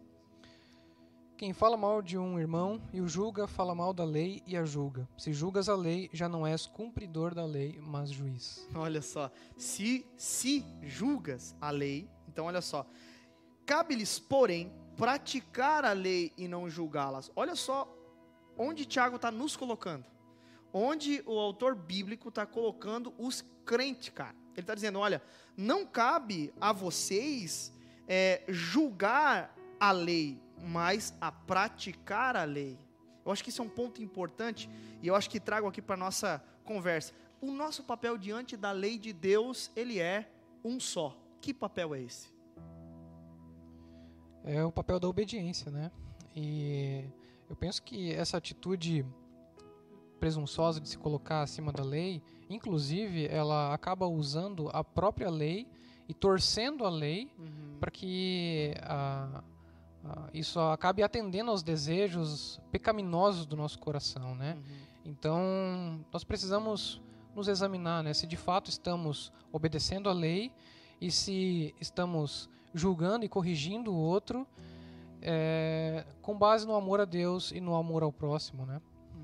Quem fala mal de um irmão e o julga, fala mal da lei e a julga. Se julgas a lei, já não és cumpridor da lei, mas juiz. Olha só. Se, se julgas a lei, então olha só. Cabe-lhes, porém, praticar a lei e não julgá-las. Olha só onde Tiago está nos colocando. Onde o autor bíblico está colocando os crentes, cara. Ele está dizendo, olha, não cabe a vocês é, julgar a lei, mas a praticar a lei. Eu acho que isso é um ponto importante e eu acho que trago aqui para a nossa conversa. O nosso papel diante da lei de Deus, ele é um só. Que papel é esse? É o papel da obediência, né? E eu penso que essa atitude presunçosa de se colocar acima da lei, inclusive ela acaba usando a própria lei e torcendo a lei uhum. para que a, a, isso acabe atendendo aos desejos pecaminosos do nosso coração, né? Uhum. Então nós precisamos nos examinar, né? Se de fato estamos obedecendo a lei e se estamos julgando e corrigindo o outro é, com base no amor a Deus e no amor ao próximo, né?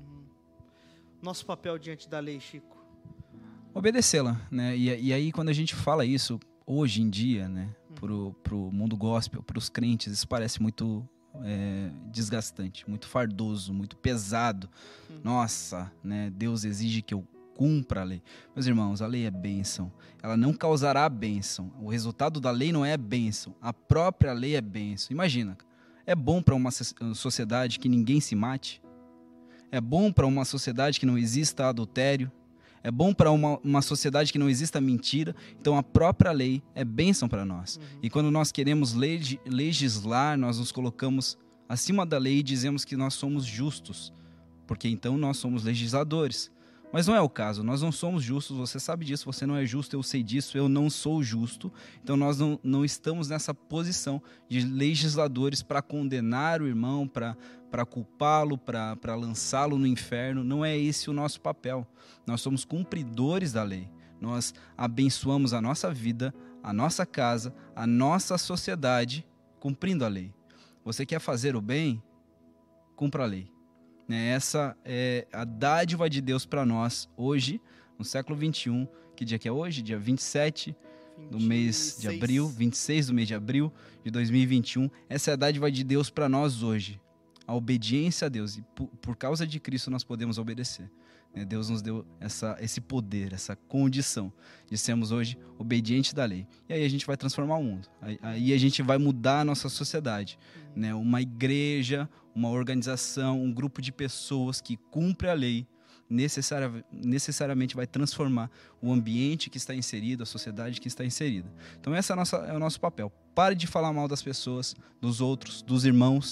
Nosso papel diante da lei, Chico? Obedecê-la, né? E, e aí quando a gente fala isso hoje em dia, né, pro, pro mundo gospel, pros crentes, isso parece muito é, desgastante, muito fardoso, muito pesado. Hum. Nossa, né? Deus exige que eu cumpra a lei. Meus irmãos, a lei é bênção. Ela não causará bênção. O resultado da lei não é bênção. A própria lei é bênção. Imagina, é bom para uma sociedade que ninguém se mate? É bom para uma sociedade que não exista adultério? É bom para uma, uma sociedade que não exista mentira? Então a própria lei é bênção para nós. Uhum. E quando nós queremos leg- legislar, nós nos colocamos acima da lei e dizemos que nós somos justos, porque então nós somos legisladores. Mas não é o caso, nós não somos justos, você sabe disso, você não é justo, eu sei disso, eu não sou justo. Então nós não, não estamos nessa posição de legisladores para condenar o irmão, para para culpá-lo, para lançá-lo no inferno. Não é esse o nosso papel. Nós somos cumpridores da lei. Nós abençoamos a nossa vida, a nossa casa, a nossa sociedade, cumprindo a lei. Você quer fazer o bem? Cumpra a lei. Essa é a dádiva de Deus para nós hoje, no século vinte e um. Que dia que é hoje? Dia vinte e sete do mês de abril, vinte e seis do mês de abril de dois mil e vinte e um. Essa é a dádiva de Deus para nós hoje. A obediência a Deus. E por, por causa de Cristo nós podemos obedecer. Deus nos deu essa, esse poder, essa condição de sermos hoje obedientes da lei. E aí a gente vai transformar o mundo. Aí a gente vai mudar a nossa sociedade. Uhum. Né? Uma igreja, uma organização, um grupo de pessoas que cumpre a lei necessari- necessariamente vai transformar o ambiente que está inserido, a sociedade que está inserida. Então esse é, a nossa, é o nosso papel. Pare de falar mal das pessoas, dos outros, dos irmãos.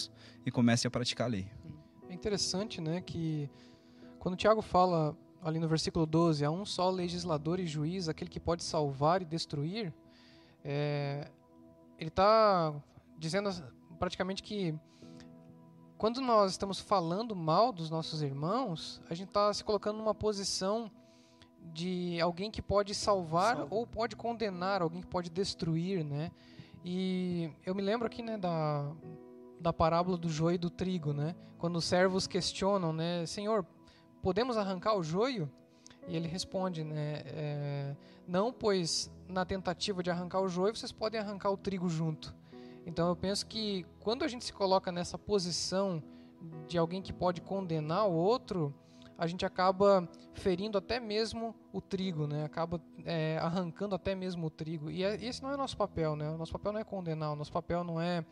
e comece a praticar a lei. É interessante, né, que quando o Tiago fala ali no versículo doze, há um só legislador e juiz, aquele que pode salvar e destruir, é, ele está dizendo praticamente que quando nós estamos falando mal dos nossos irmãos, a gente está se colocando numa posição de alguém que pode salvar Salve. ou pode condenar, alguém que pode destruir, né? E eu me lembro aqui, né, da, da parábola do joio e do trigo, né? Quando os servos questionam, né, Senhor, podemos arrancar o joio? E ele responde, né, é, não, pois na tentativa de arrancar o joio, vocês podem arrancar o trigo junto. Então eu penso que quando a gente se coloca nessa posição de alguém que pode condenar o outro, a gente acaba ferindo até mesmo o trigo, né? Acaba é, arrancando até mesmo o trigo. E é, esse não é o nosso papel, né? O nosso papel não é condenar, o nosso papel não é,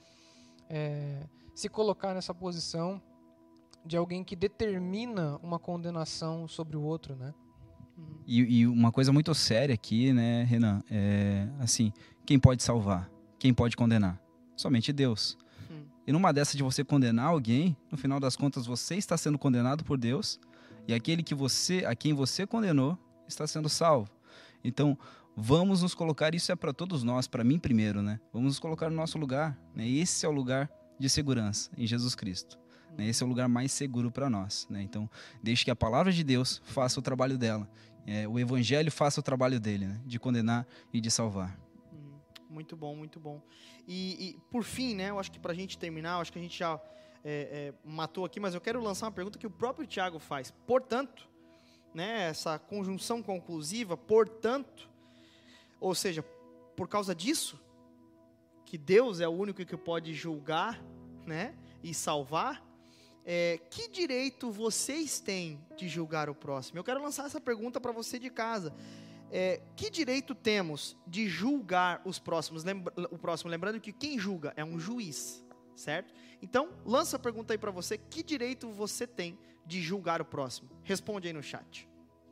é se colocar nessa posição de alguém que determina uma condenação sobre o outro, né? E, e uma coisa muito séria aqui, né, Renan, é assim, quem pode salvar? Quem pode condenar? Somente Deus. Hum. E numa dessa de você condenar alguém, no final das contas você está sendo condenado por Deus, e aquele que você, a quem você condenou está sendo salvo. Então, vamos nos colocar, isso é para todos nós, para mim primeiro, né? Vamos nos colocar no nosso lugar, né? Esse é o lugar de segurança em Jesus Cristo. Né? Esse é o lugar mais seguro para nós, né? Então, deixe que a palavra de Deus faça o trabalho dela. É, o Evangelho faça o trabalho dele, né? De condenar e de salvar. Muito bom, muito bom. E, e por fim, né, eu acho que para a gente terminar, eu acho que a gente já é, é, matou aqui, mas eu quero lançar uma pergunta que o próprio Tiago faz. Portanto, né, essa conjunção conclusiva, portanto, ou seja, por causa disso, que Deus é o único que pode julgar, né, e salvar, é, que direito vocês têm de julgar o próximo? Eu quero lançar essa pergunta para você de casa. É, que direito temos de julgar os próximos, lembra, o próximo? Lembrando que quem julga é um juiz, certo? Então, lança a pergunta aí para você, que direito você tem de julgar o próximo? Responde aí no chat.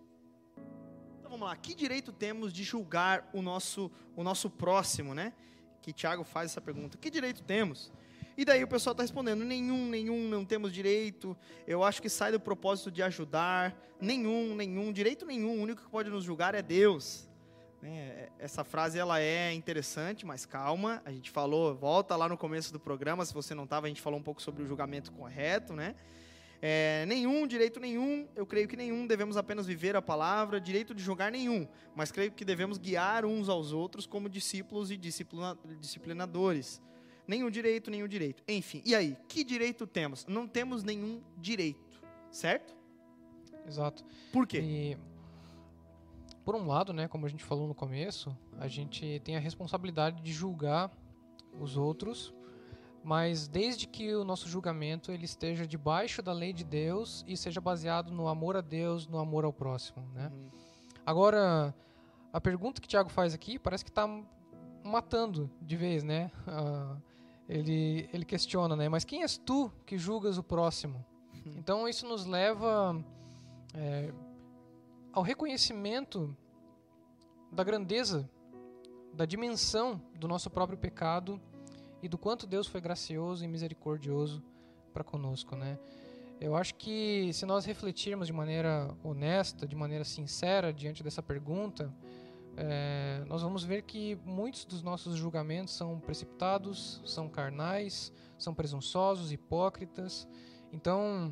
Então vamos lá, que direito temos de julgar o nosso, o nosso próximo, né? Que Tiago faz essa pergunta, que direito temos? E daí o pessoal está respondendo, nenhum, nenhum, não temos direito, eu acho que sai do propósito de ajudar, nenhum, nenhum, direito nenhum, o único que pode nos julgar é Deus. É, essa frase ela é interessante, mas calma, a gente falou, volta lá no começo do programa, se você não estava, a gente falou um pouco sobre o julgamento correto, né? É, nenhum, direito nenhum, eu creio que nenhum, devemos apenas viver a palavra, direito de julgar nenhum, mas creio que devemos guiar uns aos outros como discípulos e disciplina, disciplinadores. Nenhum direito, nenhum direito. Enfim, e aí? Que direito temos? Não temos nenhum direito, certo? Exato. Por quê? E, por um lado, né, como a gente falou no começo, a gente tem a responsabilidade de julgar os outros, mas desde que o nosso julgamento ele esteja debaixo da lei de Deus e seja baseado no amor a Deus, no amor ao próximo, né? Uhum. Agora, a pergunta que o Tiago faz aqui parece que está matando de vez, né? Uh, Ele, ele questiona, né? Mas quem és tu que julgas o próximo? Hum. Então isso nos leva é, ao reconhecimento da grandeza, da dimensão do nosso próprio pecado e do quanto Deus foi gracioso e misericordioso para conosco, né? Eu acho que se nós refletirmos de maneira honesta, de maneira sincera diante dessa pergunta, É, nós vamos ver que muitos dos nossos julgamentos são precipitados, são carnais, são presunçosos, hipócritas. Então,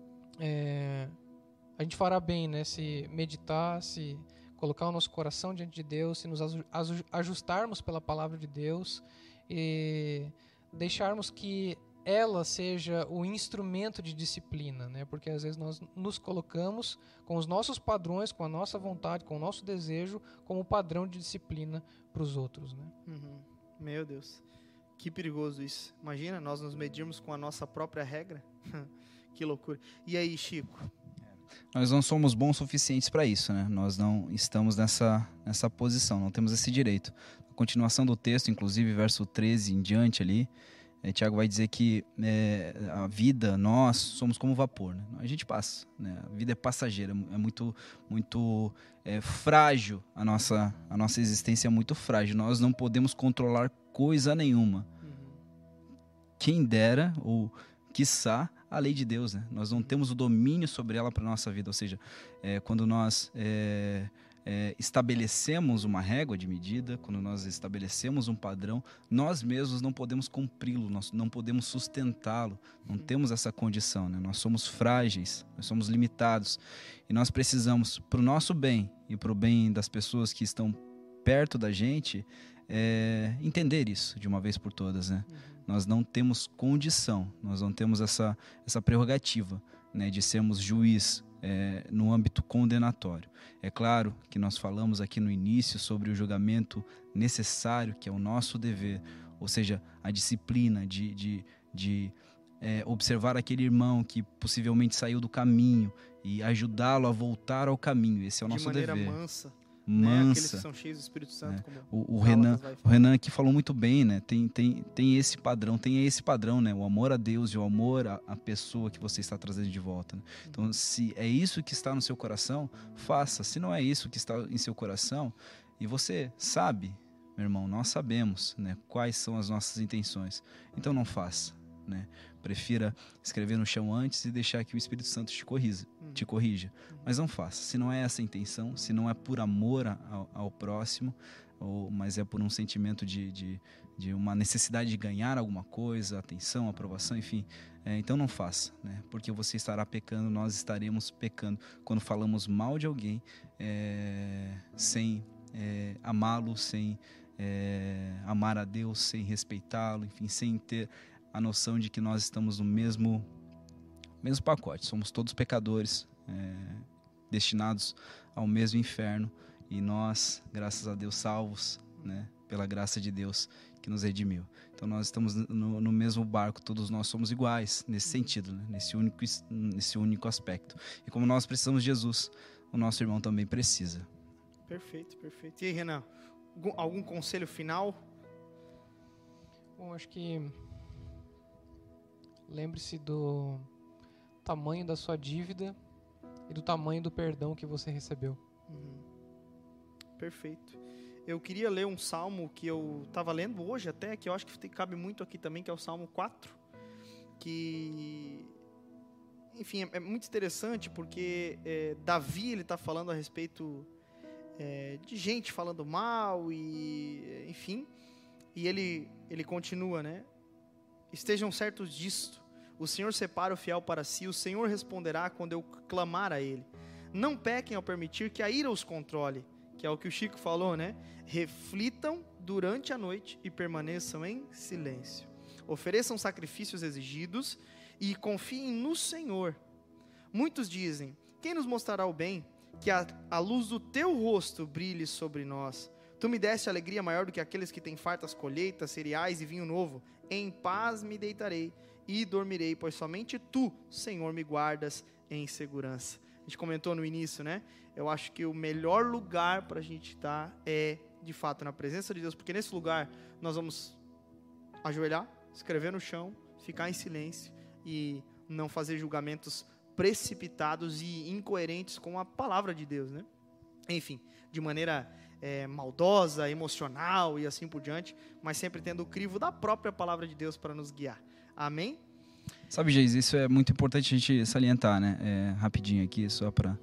é, a gente fará bem, né, se meditar, se colocar o nosso coração diante de Deus, se nos ajustarmos pela palavra de Deus e deixarmos que ela seja o instrumento de disciplina, né? Porque às vezes nós nos colocamos com os nossos padrões, com a nossa vontade, com o nosso desejo, como padrão de disciplina para os outros, né? Uhum. Meu Deus, que perigoso isso. Imagina, nós nos medirmos com a nossa própria regra. Que loucura. E aí, Chico? Nós não somos bons o suficientes para isso, né? Nós não estamos nessa, nessa posição, não temos esse direito. A continuação do texto, inclusive, verso treze em diante ali, É, Tiago vai dizer que é, a vida, nós somos como vapor, né? A gente passa, né? A vida é passageira, é muito, muito é, frágil, a nossa, a nossa existência é muito frágil, nós não podemos controlar coisa nenhuma. Uhum. Quem dera, ou quiçá a lei de Deus, né? Nós não temos o domínio sobre ela para a nossa vida. Ou seja, é, quando nós é, é, estabelecemos uma régua de medida, quando nós estabelecemos um padrão, nós mesmos não podemos cumpri-lo, nós não podemos sustentá-lo, não temos essa condição, né? Nós somos frágeis, nós somos limitados e nós precisamos, para o nosso bem e para o bem das pessoas que estão perto da gente, é, entender isso de uma vez por todas, né? Uhum. Nós não temos condição, nós não temos essa, essa prerrogativa, né, de sermos juiz é, no âmbito condenatório. É claro que nós falamos aqui no início sobre o julgamento necessário, que é o nosso dever, ou seja, a disciplina de, de, de é, observar aquele irmão que possivelmente saiu do caminho e ajudá-lo a voltar ao caminho. Esse é o nosso dever. De maneira mansa. mansa. Né? Aqueles que são cheios do Espírito Santo. Né? Como o, o, Renan, o Renan aqui falou muito bem, né? Tem, tem, tem esse padrão, tem esse padrão, né? O amor a Deus e o amor à, à pessoa que você está trazendo de volta. Né? Então, se é isso que está no seu coração, faça. Se não é isso que está em seu coração, e você sabe, meu irmão, nós sabemos, né, quais são as nossas intenções. Então não faça, né? Prefira escrever no chão antes e deixar que o Espírito Santo te corrija, te corrija. Mas não faça. Se não é essa a intenção, se não é por amor ao, ao próximo, ou, mas é por um sentimento de, de, de uma necessidade de ganhar alguma coisa, atenção, aprovação, enfim, é, então não faça, né? Porque você estará pecando, nós estaremos pecando quando falamos mal de alguém é, sem é, amá-lo, sem é, amar a Deus, sem respeitá-lo, enfim, sem ter a noção de que nós estamos no mesmo, mesmo pacote. Somos todos pecadores, é, destinados ao mesmo inferno. E nós, graças a Deus, salvos, né, pela graça de Deus que nos redimiu. Então nós estamos no, no mesmo barco, todos nós somos iguais nesse sentido, né, nesse, único, nesse único aspecto. E como nós precisamos de Jesus, o nosso irmão também precisa. Perfeito, perfeito. E aí, Renan, algum, algum conselho final? Bom, acho que lembre-se do tamanho da sua dívida e do tamanho do perdão que você recebeu. Uhum. Perfeito. Eu queria ler um salmo que eu estava lendo hoje até, que eu acho que cabe muito aqui também, que é o Salmo quatro, que, enfim, é, é muito interessante porque é, Davi, ele está falando a respeito é, de gente falando mal e, enfim, e ele, ele continua, né? Estejam certos disto, o Senhor separa o fiel para si, o Senhor responderá quando eu clamar a Ele. Não pequem ao permitir que a ira os controle, que é o que o Chico falou, né? Reflitam durante a noite e permaneçam em silêncio. Ofereçam sacrifícios exigidos e confiem no Senhor. Muitos dizem, quem nos mostrará o bem? Que a, a luz do teu rosto brilhe sobre nós. Tu me deste alegria maior do que aqueles que têm fartas colheitas, cereais e vinho novo. Em paz me deitarei e dormirei, pois somente Tu, Senhor, me guardas em segurança. A gente comentou no início, né? Eu acho que o melhor lugar para a gente estar é, de fato, na presença de Deus, porque nesse lugar nós vamos ajoelhar, escrever no chão, ficar em silêncio e não fazer julgamentos precipitados e incoerentes com a palavra de Deus, né? Enfim, de maneira é, maldosa, emocional e assim por diante, mas sempre tendo o crivo da própria palavra de Deus para nos guiar. Amém? Sabe, Geis, isso é muito importante a gente salientar, né? É, rapidinho aqui, só para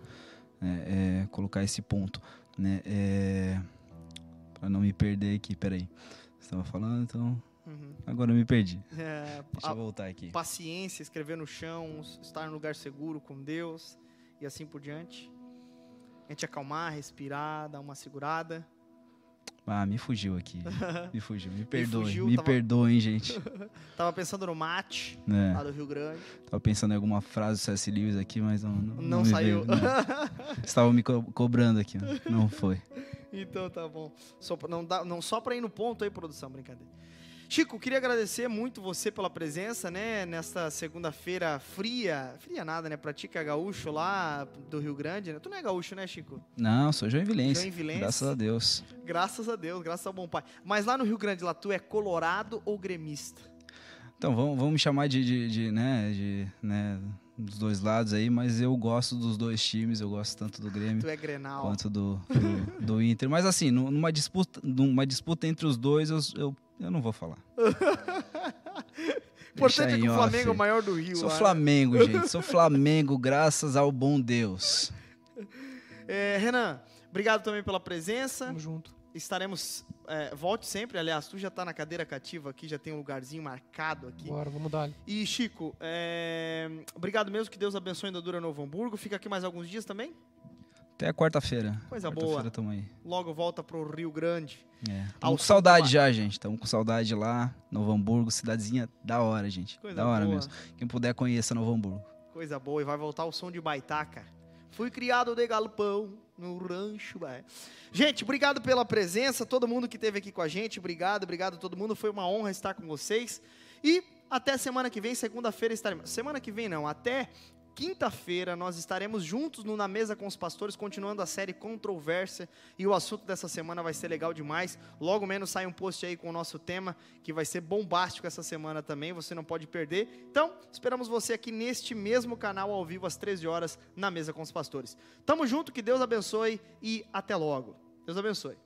é, é, colocar esse ponto, né? É, para não me perder aqui, peraí. Você estava falando, então... Uhum. Agora eu me perdi. É, Deixa eu voltar aqui. Paciência, escrever no chão, estar em um lugar seguro com Deus e assim por diante. A gente acalmar, respirar, dar uma segurada. Ah, me fugiu aqui. Me fugiu. Me perdoe. Me, fugiu, me tava... perdoem, gente. Tava pensando no mate, é. lá do Rio Grande. Tava pensando em alguma frase do C S. Lewis aqui, mas não, não, não, não saiu. Veio, não. Estavam me co- cobrando aqui. Não foi. Então tá bom. Só pra, não, dá, não só pra ir no ponto aí, produção, brincadeira. Chico, queria agradecer muito você pela presença, né, nesta segunda-feira fria, fria nada, né, pra ti que é gaúcho lá do Rio Grande, né? Tu não é gaúcho, né, Chico? Não, sou joinvilense, joinvilense. Graças a Deus. Graças a Deus, graças ao bom pai. Mas lá no Rio Grande, lá tu é colorado ou gremista? Então, vamos, vamos me chamar de, de, de, né, de, né, dos dois lados aí, mas eu gosto dos dois times, eu gosto tanto do Grêmio tu é Grenal. quanto do, do, do Inter. Mas assim, numa disputa, numa disputa entre os dois, eu, eu, eu não vou falar. importante é que o off. Flamengo é o maior do Rio. Sou lá, Flamengo, né? gente. Sou Flamengo, graças ao bom Deus. É, Renan, obrigado também pela presença. Tamo junto. Estaremos, é, volte sempre, aliás, tu já tá na cadeira cativa aqui, já tem um lugarzinho marcado aqui. Bora, vamos dar. E Chico, é, obrigado mesmo, que Deus abençoe a Dura Novo Hamburgo. Fica aqui mais alguns dias também? Até quarta-feira. Coisa quarta-feira boa. tamo aí. Logo volta pro Rio Grande. É. Ao Tamo com som saudade do já, gente. Tamo com saudade lá. Novo Hamburgo, cidadezinha da hora, gente. Coisa da hora boa. mesmo. Quem puder, conheça Novo Hamburgo. Coisa boa, e vai voltar o som de baitaca. Fui criado de galpão no rancho, vai. Gente, obrigado pela presença, todo mundo que esteve aqui com a gente, obrigado, obrigado a todo mundo, foi uma honra estar com vocês. E até semana que vem, segunda-feira estaremos. Semana que vem não, até quinta-feira nós estaremos juntos no Na Mesa com os Pastores, continuando a série Controvérsia, e o assunto dessa semana vai ser legal demais. Logo menos sai um post aí com o nosso tema, que vai ser bombástico essa semana também, você não pode perder. Então, esperamos você aqui neste mesmo canal, ao vivo, às treze horas, Na Mesa com os Pastores. Tamo junto, que Deus abençoe e até logo. Deus abençoe.